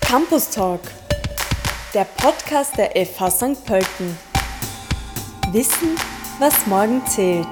Campus Talk, der Podcast der FH St. Pölten. Wissen, was morgen zählt.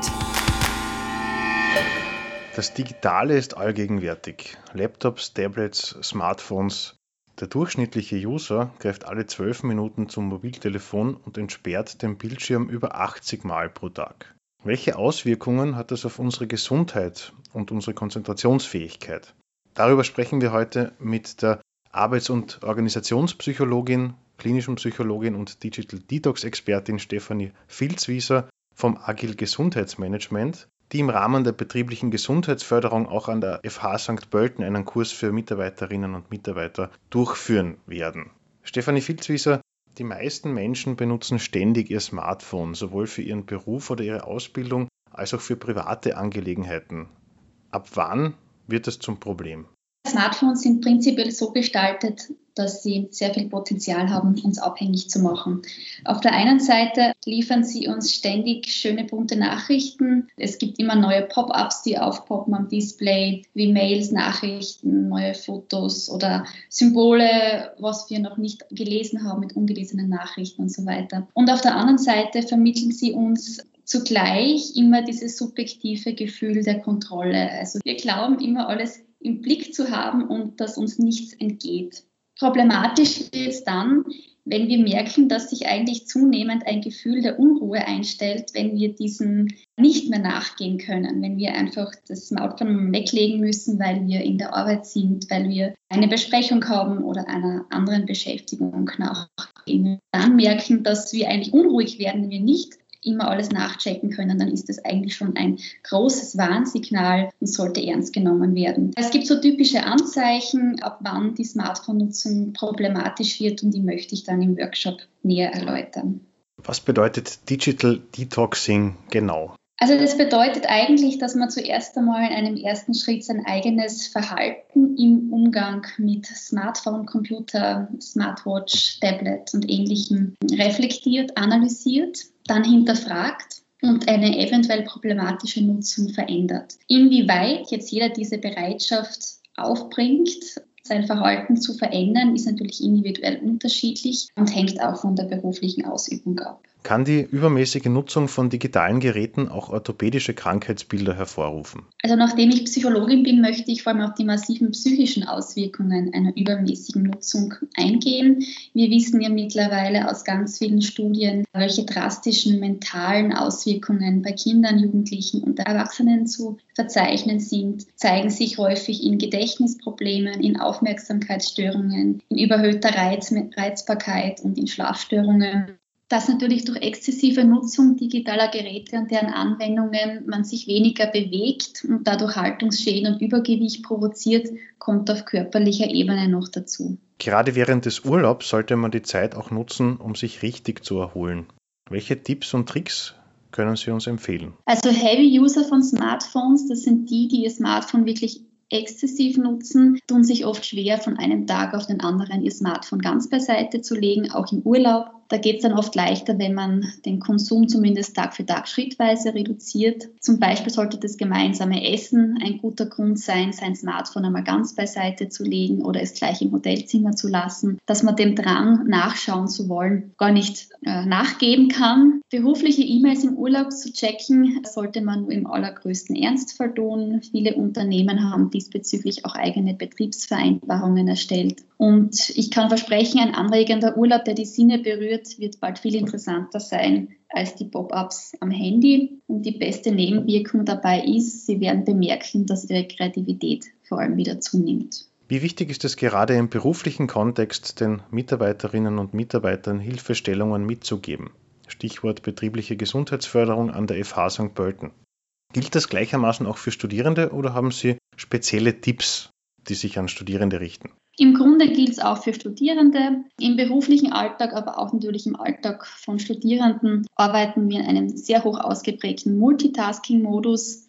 Das Digitale ist allgegenwärtig. Laptops, Tablets, Smartphones. Der durchschnittliche User greift alle 12 Minuten zum Mobiltelefon und entsperrt den Bildschirm über 80 Mal pro Tag. Welche Auswirkungen hat das auf unsere Gesundheit und unsere Konzentrationsfähigkeit? Darüber sprechen wir heute mit der Arbeits- und Organisationspsychologin, klinischen Psychologin und Digital Detox-Expertin Stefanie Vilswieser vom Agil Gesundheitsmanagement, die im Rahmen der betrieblichen Gesundheitsförderung auch an der FH St. Pölten einen Kurs für Mitarbeiterinnen und Mitarbeiter durchführen werden. Stefanie Vilswieser, die meisten Menschen benutzen ständig ihr Smartphone, sowohl für ihren Beruf oder ihre Ausbildung als auch für private Angelegenheiten. Ab wann wird es zum Problem? Smartphones sind prinzipiell so gestaltet, dass sie sehr viel Potenzial haben, uns abhängig zu machen. Auf der einen Seite liefern sie uns ständig schöne, bunte Nachrichten. Es gibt immer neue Pop-ups, die aufpoppen am Display, wie Mails, Nachrichten, neue Fotos oder Symbole, was wir noch nicht gelesen haben mit ungelesenen Nachrichten und so weiter. Und auf der anderen Seite vermitteln sie uns zugleich immer dieses subjektive Gefühl der Kontrolle. Also wir glauben immer alles im Blick zu haben und dass uns nichts entgeht. Problematisch wird es dann, wenn wir merken, dass sich eigentlich zunehmend ein Gefühl der Unruhe einstellt, wenn wir diesem nicht mehr nachgehen können, wenn wir einfach das Smartphone weglegen müssen, weil wir in der Arbeit sind, weil wir eine Besprechung haben oder einer anderen Beschäftigung nachgehen. Dann merken, dass wir eigentlich unruhig werden, wenn wir nicht immer alles nachchecken können, dann ist das eigentlich schon ein großes Warnsignal und sollte ernst genommen werden. Es gibt so typische Anzeichen, ab wann die Smartphone-Nutzung problematisch wird, und die möchte ich dann im Workshop näher erläutern. Was bedeutet Digital Detoxing genau? Also das bedeutet eigentlich, dass man zuerst einmal in einem ersten Schritt sein eigenes Verhalten im Umgang mit Smartphone, Computer, Smartwatch, Tablet und Ähnlichem reflektiert, analysiert, dann hinterfragt und eine eventuell problematische Nutzung verändert. Inwieweit jetzt jeder diese Bereitschaft aufbringt, sein Verhalten zu verändern, ist natürlich individuell unterschiedlich und hängt auch von der beruflichen Ausübung ab. Kann die übermäßige Nutzung von digitalen Geräten auch orthopädische Krankheitsbilder hervorrufen? Also nachdem ich Psychologin bin, möchte ich vor allem auf die massiven psychischen Auswirkungen einer übermäßigen Nutzung eingehen. Wir wissen ja mittlerweile aus ganz vielen Studien, welche drastischen mentalen Auswirkungen bei Kindern, Jugendlichen und Erwachsenen zu verzeichnen sind, zeigen sich häufig in Gedächtnisproblemen, in Aufmerksamkeitsstörungen, in überhöhter Reizbarkeit und in Schlafstörungen. Dass natürlich durch exzessive Nutzung digitaler Geräte und deren Anwendungen man sich weniger bewegt und dadurch Haltungsschäden und Übergewicht provoziert, kommt auf körperlicher Ebene noch dazu. Gerade während des Urlaubs sollte man die Zeit auch nutzen, um sich richtig zu erholen. Welche Tipps und Tricks können Sie uns empfehlen? Also Heavy-User von Smartphones, das sind die ihr Smartphone wirklich exzessiv nutzen, tun sich oft schwer, von einem Tag auf den anderen ihr Smartphone ganz beiseite zu legen, auch im Urlaub. Da geht es dann oft leichter, wenn man den Konsum zumindest Tag für Tag schrittweise reduziert. Zum Beispiel sollte das gemeinsame Essen ein guter Grund sein, sein Smartphone einmal ganz beiseite zu legen oder es gleich im Hotelzimmer zu lassen, dass man dem Drang, nachschauen zu wollen, gar nicht nachgeben kann. Berufliche E-Mails im Urlaub zu checken, sollte man nur im allergrößten Ernstfall tun. Viele Unternehmen haben diesbezüglich auch eigene Betriebsvereinbarungen erstellt. Und ich kann versprechen, ein anregender Urlaub, der die Sinne berührt, wird bald viel interessanter sein als die Pop-ups am Handy. Und die beste Nebenwirkung dabei ist, Sie werden bemerken, dass Ihre Kreativität vor allem wieder zunimmt. Wie wichtig ist es gerade im beruflichen Kontext, den Mitarbeiterinnen und Mitarbeitern Hilfestellungen mitzugeben? Stichwort betriebliche Gesundheitsförderung an der FH St. Pölten. Gilt das gleichermaßen auch für Studierende oder haben Sie spezielle Tipps, die sich an Studierende richten? Im Grunde gilt es auch für Studierende. Im beruflichen Alltag, aber auch natürlich im Alltag von Studierenden arbeiten wir in einem sehr hoch ausgeprägten Multitasking-Modus.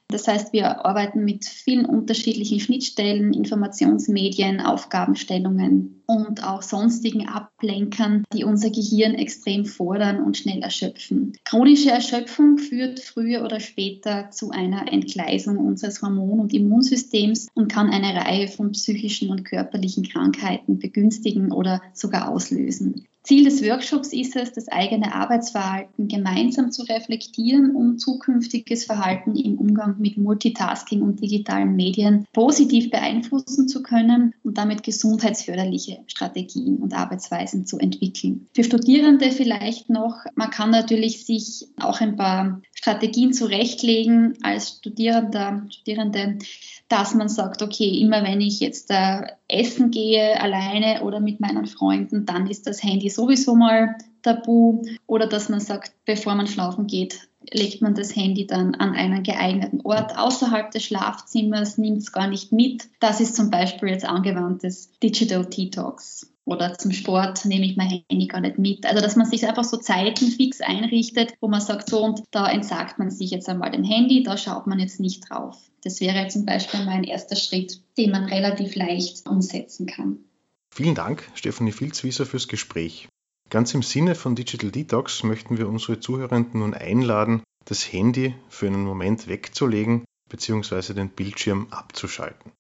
Das heißt, wir arbeiten mit vielen unterschiedlichen Schnittstellen, Informationsmedien, Aufgabenstellungen und auch sonstigen Ablenkern, die unser Gehirn extrem fordern und schnell erschöpfen. Chronische Erschöpfung führt früher oder später zu einer Entgleisung unseres Hormon- und Immunsystems und kann eine Reihe von psychischen und körperlichen Krankheiten begünstigen oder sogar auslösen. Ziel des Workshops ist es, das eigene Arbeitsverhalten gemeinsam zu reflektieren, um zukünftiges Verhalten im Umgang mit Multitasking und digitalen Medien positiv beeinflussen zu können und damit gesundheitsförderliche Strategien und Arbeitsweisen zu entwickeln. Für Studierende vielleicht noch, man kann natürlich sich auch ein paar Strategien zurechtlegen als Studierende, dass man sagt, okay, immer wenn ich jetzt essen gehe, alleine oder mit meinen Freunden, dann ist das Handy sowieso mal tabu. Oder dass man sagt, bevor man schlafen geht, legt man das Handy dann an einen geeigneten Ort außerhalb des Schlafzimmers, nimmt es gar nicht mit. Das ist zum Beispiel jetzt angewandtes Digital Detox. Oder zum Sport nehme ich mein Handy gar nicht mit. Also dass man sich einfach so Zeiten fix einrichtet, wo man sagt, so und da entsagt man sich jetzt einmal dem Handy, da schaut man jetzt nicht drauf. Das wäre zum Beispiel mein erster Schritt, den man relativ leicht umsetzen kann. Vielen Dank, Stefanie Vilswieser, fürs Gespräch. Ganz im Sinne von Digital Detox möchten wir unsere Zuhörenden nun einladen, das Handy für einen Moment wegzulegen bzw. den Bildschirm abzuschalten.